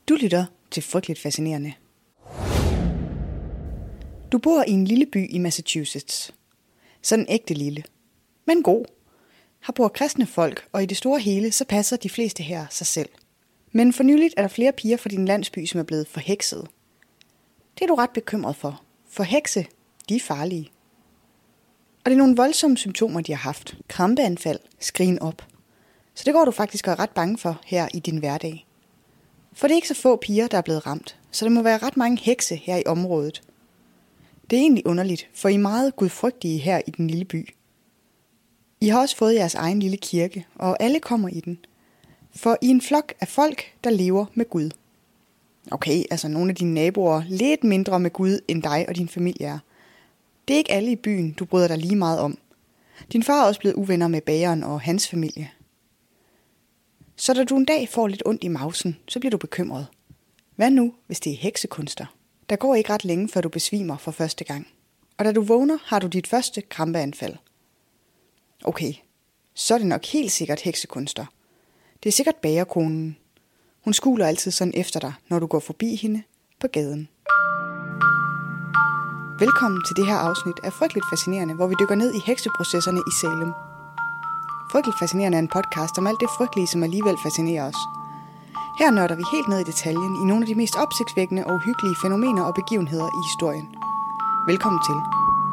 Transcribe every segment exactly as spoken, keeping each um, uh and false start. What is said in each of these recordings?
Du lytter til Frygteligt Fascinerende. Du bor i en lille by i Massachusetts. Sådan ægte lille, men god. Her bor kristne folk, og i det store hele, så passer de fleste her sig selv. Men for nyligt er der flere piger fra din landsby, som er blevet forhekset. Det er du ret bekymret for. For hekse, de er farlige. Og det er nogle voldsomme symptomer, de har haft. Krampeanfald, skrigen op. Så det går du faktisk og er ret bange for her i din hverdag. For det er ikke så få piger, der er blevet ramt, så der må være ret mange hekse her i området. Det er egentlig underligt, for I er meget gudfrygtige her i den lille by. I har også fået jeres egen lille kirke, og alle kommer i den. For I er en flok af folk, der lever med Gud. Okay, altså nogle af dine naboer lidt mindre med Gud end dig og din familie er. Det er ikke alle i byen, du bryder dig lige meget om. Din far er også blevet uvenner med bageren og hans familie. Så da du en dag får lidt ondt i mausen, så bliver du bekymret. Hvad nu, hvis det er heksekunster? Der går ikke ret længe, før du besvimer for første gang. Og da du vågner, har du dit første krampeanfald. Okay, så er det nok helt sikkert heksekunster. Det er sikkert bagerkonen. Hun skuler altid sådan efter dig, når du går forbi hende på gaden. Velkommen til det her afsnit af Frygteligt Fascinerende, hvor vi dykker ned i hekseprocesserne i Salem. Frygteligt Fascinerende er en podcast om alt det frygtelige, som alligevel fascinerer os. Her nørder vi helt ned i detaljen i nogle af de mest opsigtsvækkende og uhyggelige fænomener og begivenheder i historien. Velkommen til.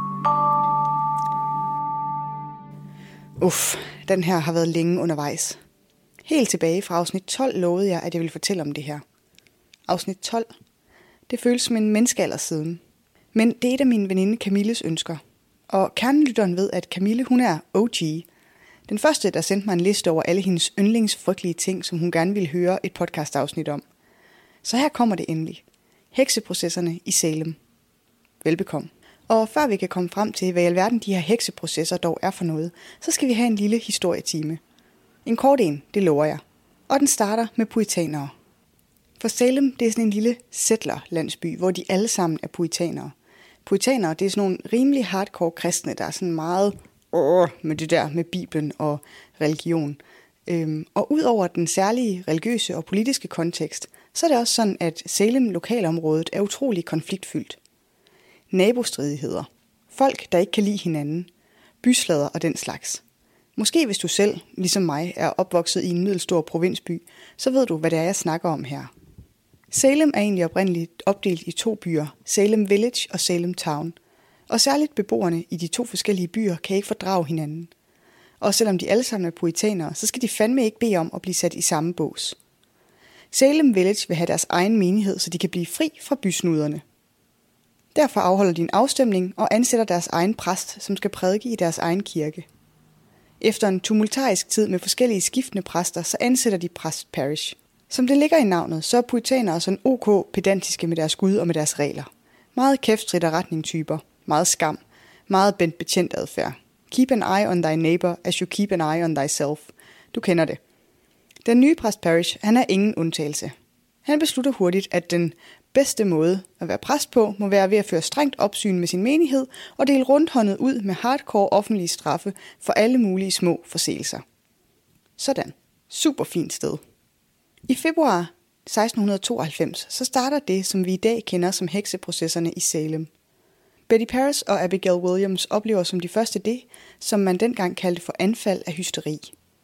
Uff, den her har været længe undervejs. Helt tilbage fra afsnit tolv lovede jeg, at jeg ville fortælle om det her. Afsnit tolv. Det føles som en menneskealder siden. Men det er et af mine veninde Camilles ønsker. Og kernelytteren ved, at Camille hun er O G. Den første, der sendte mig en liste over alle hendes yndlingsfrygtelige ting, som hun gerne ville høre et podcastafsnit om. Så her kommer det endelig. Hekseprocesserne i Salem. Velbekomme. Og før vi kan komme frem til, hvad i alverden de her hekseprocesser dog er for noget, så skal vi have en lille historietime. En kort en, det lover jeg. Og den starter med puritanere. For Salem, det er sådan en lille settler-landsby, hvor de alle sammen er puritanere. Puritanere, det er sådan nogle rimelig hardcore kristne, der er sådan meget åh, med det der med Bibelen og religion. Øhm, og udover den særlige religiøse og politiske kontekst, så er det også sådan, at Salem lokalområdet er utrolig konfliktfyldt. Nabostridigheder. Folk, der ikke kan lide hinanden. Byslader og den slags. Måske hvis du selv, ligesom mig, er opvokset i en middelstor provinsby, så ved du, hvad det er, jeg snakker om her. Salem er egentlig oprindeligt opdelt i to byer, Salem Village og Salem Town. Og særligt beboerne i de to forskellige byer kan ikke fordrage hinanden. Og selvom de alle sammen er puritanere, så skal de fandme ikke bede om at blive sat i samme bås. Salem Village vil have deres egen menighed, så de kan blive fri fra bysnuderne. Derfor afholder de en afstemning og ansætter deres egen præst, som skal prædike i deres egen kirke. Efter en tumultarisk tid med forskellige skiftende præster, så ansætter de præst parish. Som det ligger i navnet, så er puritanere sådan ok pedantiske med deres Gud og med deres regler. Meget kæftstridt og retning-typer. Meget skam. Meget bent betjent adfærd. Keep an eye on thy neighbor as you keep an eye on thyself. Du kender det. Den nye præst parish, han er ingen undtagelse. Han beslutter hurtigt, at den bedste måde at være præst på, må være ved at føre strengt opsyn med sin menighed og dele rundhåndet ud med hardcore offentlige straffe for alle mulige små forseelser. Sådan. Super fint sted. I februar seksten tooghalvfems så starter det, som vi i dag kender som hekseprocesserne i Salem. Betty Parris og Abigail Williams oplever som de første det, som man dengang kaldte for anfald af hysteri.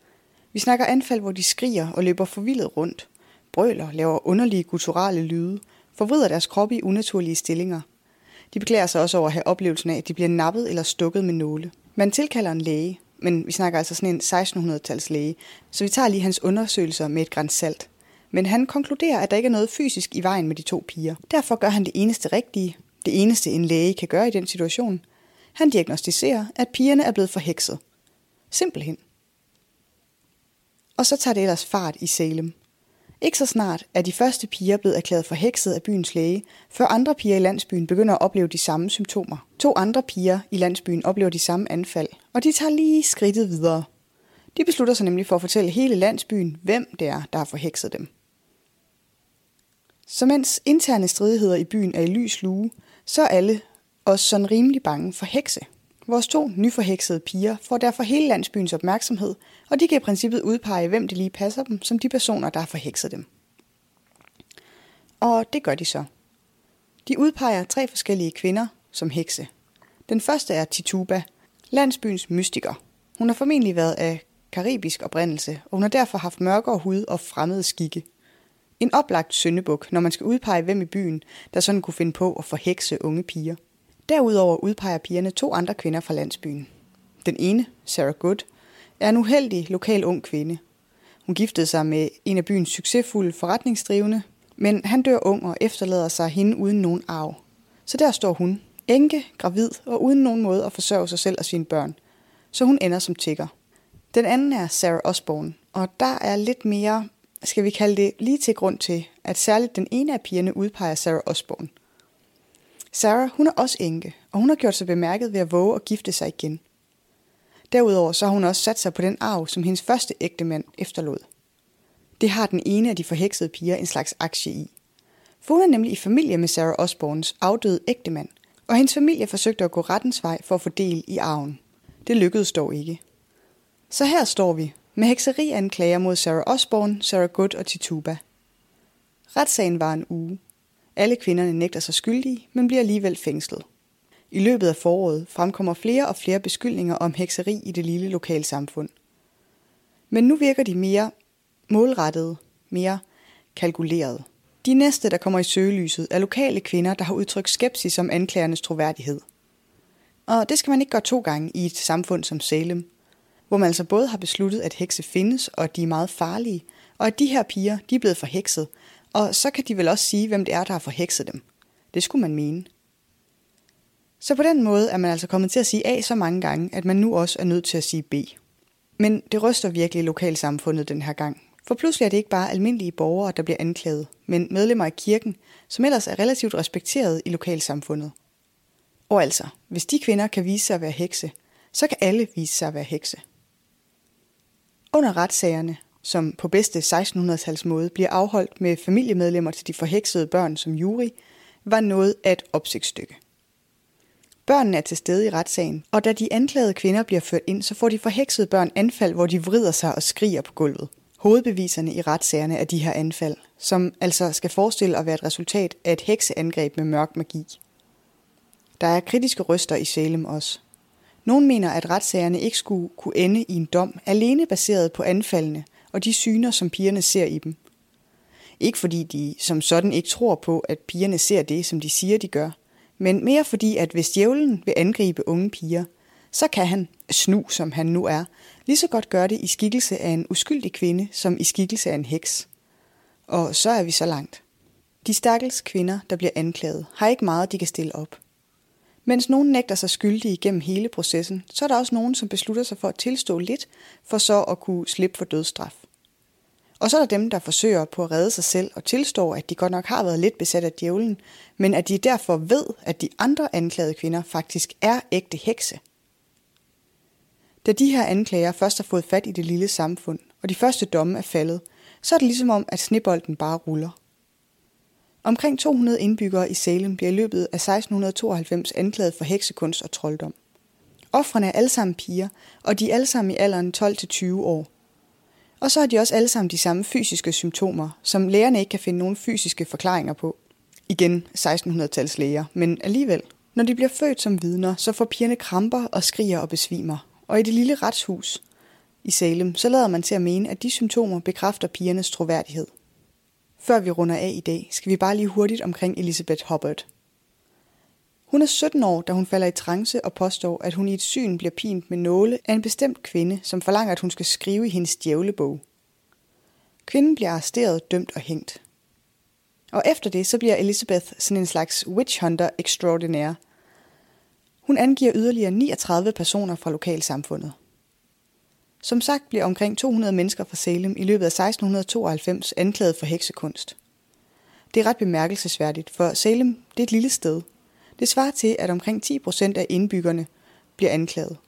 Vi snakker anfald, hvor de skriger og løber forvildet rundt, brøler, laver underlige gutturale lyde, forvrider deres krop i unaturlige stillinger. De beklager sig også over at have oplevelsen af, at de bliver nappet eller stukket med nåle. Man tilkalder en læge, men vi snakker altså sådan en sekstenhundrede-tals læge, så vi tager lige hans undersøgelser med et gran salt. Men han konkluderer, at der ikke er noget fysisk i vejen med de to piger. Derfor gør han det eneste rigtige, det eneste en læge kan gøre i den situation. Han diagnostiserer, at pigerne er blevet forhekset. Simpelthen. Og så tager det ellers fart i Salem. Ikke så snart er de første piger blevet erklæret forhekset af byens læge, før andre piger i landsbyen begynder at opleve de samme symptomer. To andre piger i landsbyen oplever de samme anfald, og de tager lige skridtet videre. De beslutter sig nemlig for at fortælle hele landsbyen, hvem det er, der har forhekset dem. Så mens interne stridigheder i byen er i lys lue, så er alle også sådan rimelig bange for hekse. Vores to nyforheksede piger får derfor hele landsbyens opmærksomhed, og de kan i princippet udpege, hvem det lige passer dem, som de personer, der har forhekset dem. Og det gør de så. De udpeger tre forskellige kvinder som hekse. Den første er Tituba, landsbyens mystiker. Hun har formentlig været af karibisk oprindelse, og hun har derfor haft mørkere hud og fremmede skikke. En oplagt syndebuk, når man skal udpege hvem i byen, der sådan kunne finde på at forhekse unge piger. Derudover udpeger pigerne to andre kvinder fra landsbyen. Den ene, Sarah Good, er en uheldig lokal ung kvinde. Hun giftede sig med en af byens succesfulde forretningsdrivende, men han dør ung og efterlader sig hende uden nogen arv. Så der står hun, enke, gravid og uden nogen måde at forsørge sig selv og sine børn. Så hun ender som tigger. Den anden er Sarah Osborne, og der er lidt mere, skal vi kalde det, lige til grund til, at særligt den ene af pigerne udpeger Sarah Osborne. Sarah, hun er også enke, og hun har gjort sig bemærket ved at våge at gifte sig igen. Derudover så har hun også sat sig på den arv, som hendes første ægtemand efterlod. Det har den ene af de forheksede piger en slags aktie i. For hun er nemlig i familie med Sarah Osbornes afdøde ægtemand, og hendes familie forsøgte at gå rettens vej for at få del i arven. Det lykkedes dog ikke. Så her står vi, med hekserianklager mod Sarah Osborne, Sarah Good og Tituba. Retssagen var en uge. Alle kvinderne nægter sig skyldige, men bliver alligevel fængslet. I løbet af foråret fremkommer flere og flere beskyldninger om hekseri i det lille lokalsamfund. Men nu virker de mere målrettede, mere kalkulerede. De næste, der kommer i søgelyset, er lokale kvinder, der har udtrykt skepsis om anklagernes troværdighed. Og det skal man ikke gøre to gange i et samfund som Salem, hvor man altså både har besluttet, at hekse findes, og at de er meget farlige, og at de her piger, de er blevet forhekset, og så kan de vel også sige, hvem det er, der har forhekset dem. Det skulle man mene. Så på den måde er man altså kommet til at sige A så mange gange, at man nu også er nødt til at sige B. Men det ryster virkelig lokalsamfundet den her gang. For pludselig er det ikke bare almindelige borgere, der bliver anklaget, men medlemmer af kirken, som ellers er relativt respekteret i lokalsamfundet. Og altså, hvis de kvinder kan vise sig at være hekse, så kan alle vise sig at være hekse. Under retssagerne, som på bedste sekstenhundrede-tals måde bliver afholdt med familiemedlemmer til de forheksede børn som jury, var noget af et opsigtsstykke. Børnene er til stede i retssagen, og da de anklagede kvinder bliver ført ind, så får de forheksede børn anfald, hvor de vrider sig og skriger på gulvet. Hovedbeviserne i retssagerne er de her anfald, som altså skal forestille at være et resultat af et hekseangreb med mørk magi. Der er kritiske røster i Salem også. Nogle mener, at retssagerne ikke skulle kunne ende i en dom, alene baseret på anfaldene og de syner, som pigerne ser i dem. Ikke fordi de som sådan ikke tror på, at pigerne ser det, som de siger, de gør, men mere fordi, at hvis djævlen vil angribe unge piger, så kan han, snu som han nu er, lige så godt gøre det i skikkelse af en uskyldig kvinde, som i skikkelse af en heks. Og så er vi så langt. De stakkels kvinder, der bliver anklaget, har ikke meget, de kan stille op. Mens nogen nægter sig skyldige igennem hele processen, så er der også nogen, som beslutter sig for at tilstå lidt, for så at kunne slippe for dødsstraf. Og så er der dem, der forsøger på at redde sig selv og tilstår, at de godt nok har været lidt besat af djævlen, men at de derfor ved, at de andre anklagede kvinder faktisk er ægte hekse. Da de her anklager først har fået fat i det lille samfund, og de første domme er faldet, så er det ligesom om, at snebolden bare ruller. Omkring to hundrede indbyggere i Salem bliver i løbet af seksten tooghalvfems anklaget for heksekunst og trolddom. Ofrene er alle sammen piger, og de er alle sammen i alderen tolv til tyve år. Og så har de også alle sammen de samme fysiske symptomer, som lægerne ikke kan finde nogen fysiske forklaringer på. Igen sekstenhundrede-tals læger, men alligevel. Når de bliver født som vidner, så får pigerne kramper og skriger og besvimer. Og i det lille retshus i Salem, så lader man til at mene, at de symptomer bekræfter pigernes troværdighed. Før vi runder af i dag, skal vi bare lige hurtigt omkring Elizabeth Hubbard. Hun er sytten år, da hun falder i trance og påstår, at hun i et syn bliver pint med nåle af en bestemt kvinde, som forlanger, at hun skal skrive i hendes djævlebog. Kvinden bliver arresteret, dømt og hængt. Og efter det, så bliver Elizabeth sådan en slags witch hunter extraordinaire. Hun angiver yderligere niogtredive personer fra lokalsamfundet. Som sagt bliver omkring to hundrede mennesker fra Salem i løbet af seksten tooghalvfems anklaget for heksekunst. Det er ret bemærkelsesværdigt, for Salem det er et lille sted. Det svarer til, at omkring ti procent af indbyggerne bliver anklaget.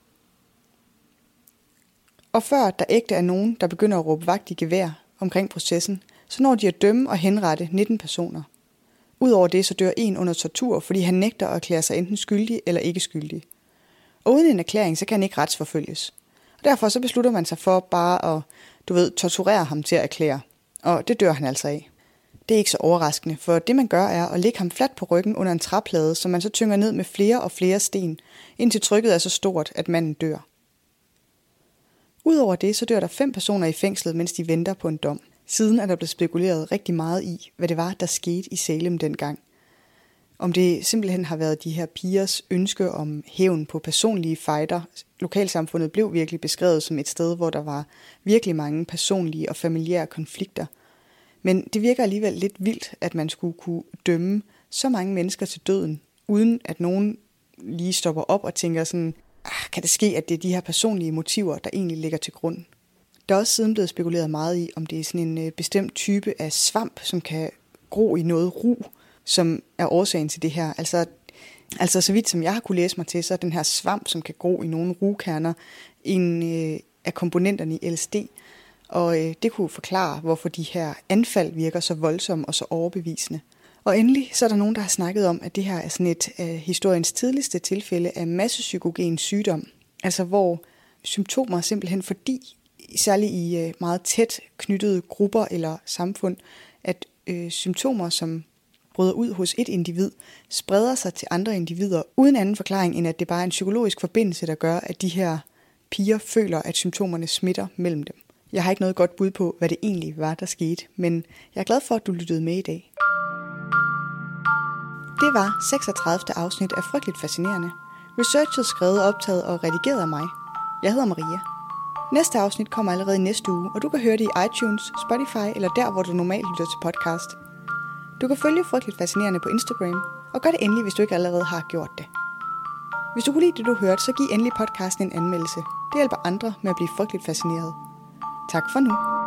Og før der ægte er nogen, der begynder at råbe vagt i gevær omkring processen, så når de at dømme og henrette nitten personer. Udover det så dør en under tortur, fordi han nægter at erklære sig enten skyldig eller ikke skyldig. Og uden en erklæring, så kan han ikke retsforfølges. Og derfor så beslutter man sig for bare at, du ved, torturere ham til at erklære. Og det dør han altså af. Det er ikke så overraskende, for det man gør er at lægge ham fladt på ryggen under en træplade, som man så tynger ned med flere og flere sten, indtil trykket er så stort, at manden dør. Udover det, så dør der fem personer i fængslet, mens de venter på en dom. Siden er der blevet spekuleret rigtig meget i, hvad det var, der skete i Salem dengang. Om det simpelthen har været de her pigers ønske om hævn på personlige fighter. Lokalsamfundet blev virkelig beskrevet som et sted, hvor der var virkelig mange personlige og familiære konflikter. Men det virker alligevel lidt vildt, at man skulle kunne dømme så mange mennesker til døden, uden at nogen lige stopper op og tænker sådan, ah, kan det ske, at det er de her personlige motiver, der egentlig ligger til grund? Der er også siden blevet spekuleret meget i, om det er sådan en bestemt type af svamp, som kan gro i noget ru, som er årsagen til det her. Altså, altså så vidt som jeg har kunne læse mig til, så er den her svamp, som kan gro i nogle rukerner, en øh, af komponenterne i L S D. Og øh, det kunne forklare, hvorfor de her anfald virker så voldsomme og så overbevisende. Og endelig så er der nogen, der har snakket om, at det her er sådan et af historiens tidligste tilfælde af massepsykogen sygdom. Altså hvor symptomer simpelthen fordi, særligt i øh, meget tæt knyttede grupper eller samfund, at øh, symptomer, som bryder ud hos et individ, spreder sig til andre individer, uden anden forklaring, end at det bare er en psykologisk forbindelse, der gør, at de her piger føler, at symptomerne smitter mellem dem. Jeg har ikke noget godt bud på, hvad det egentlig var, der skete, men jeg er glad for, at du lyttede med i dag. Det var seksogtredivte afsnit af Frygteligt Fascinerende. Researchet, skrevet, optaget og redigeret af mig. Jeg hedder Maria. Næste afsnit kommer allerede i næste uge, og du kan høre det i iTunes, Spotify eller der, hvor du normalt lytter til podcast. Du kan følge Frygteligt Fascinerende på Instagram, og gør det endelig, hvis du ikke allerede har gjort det. Hvis du kunne lide det, du hørte, så giv endelig podcasten en anmeldelse. Det hjælper andre med at blive frygteligt fascineret. Tak for nu.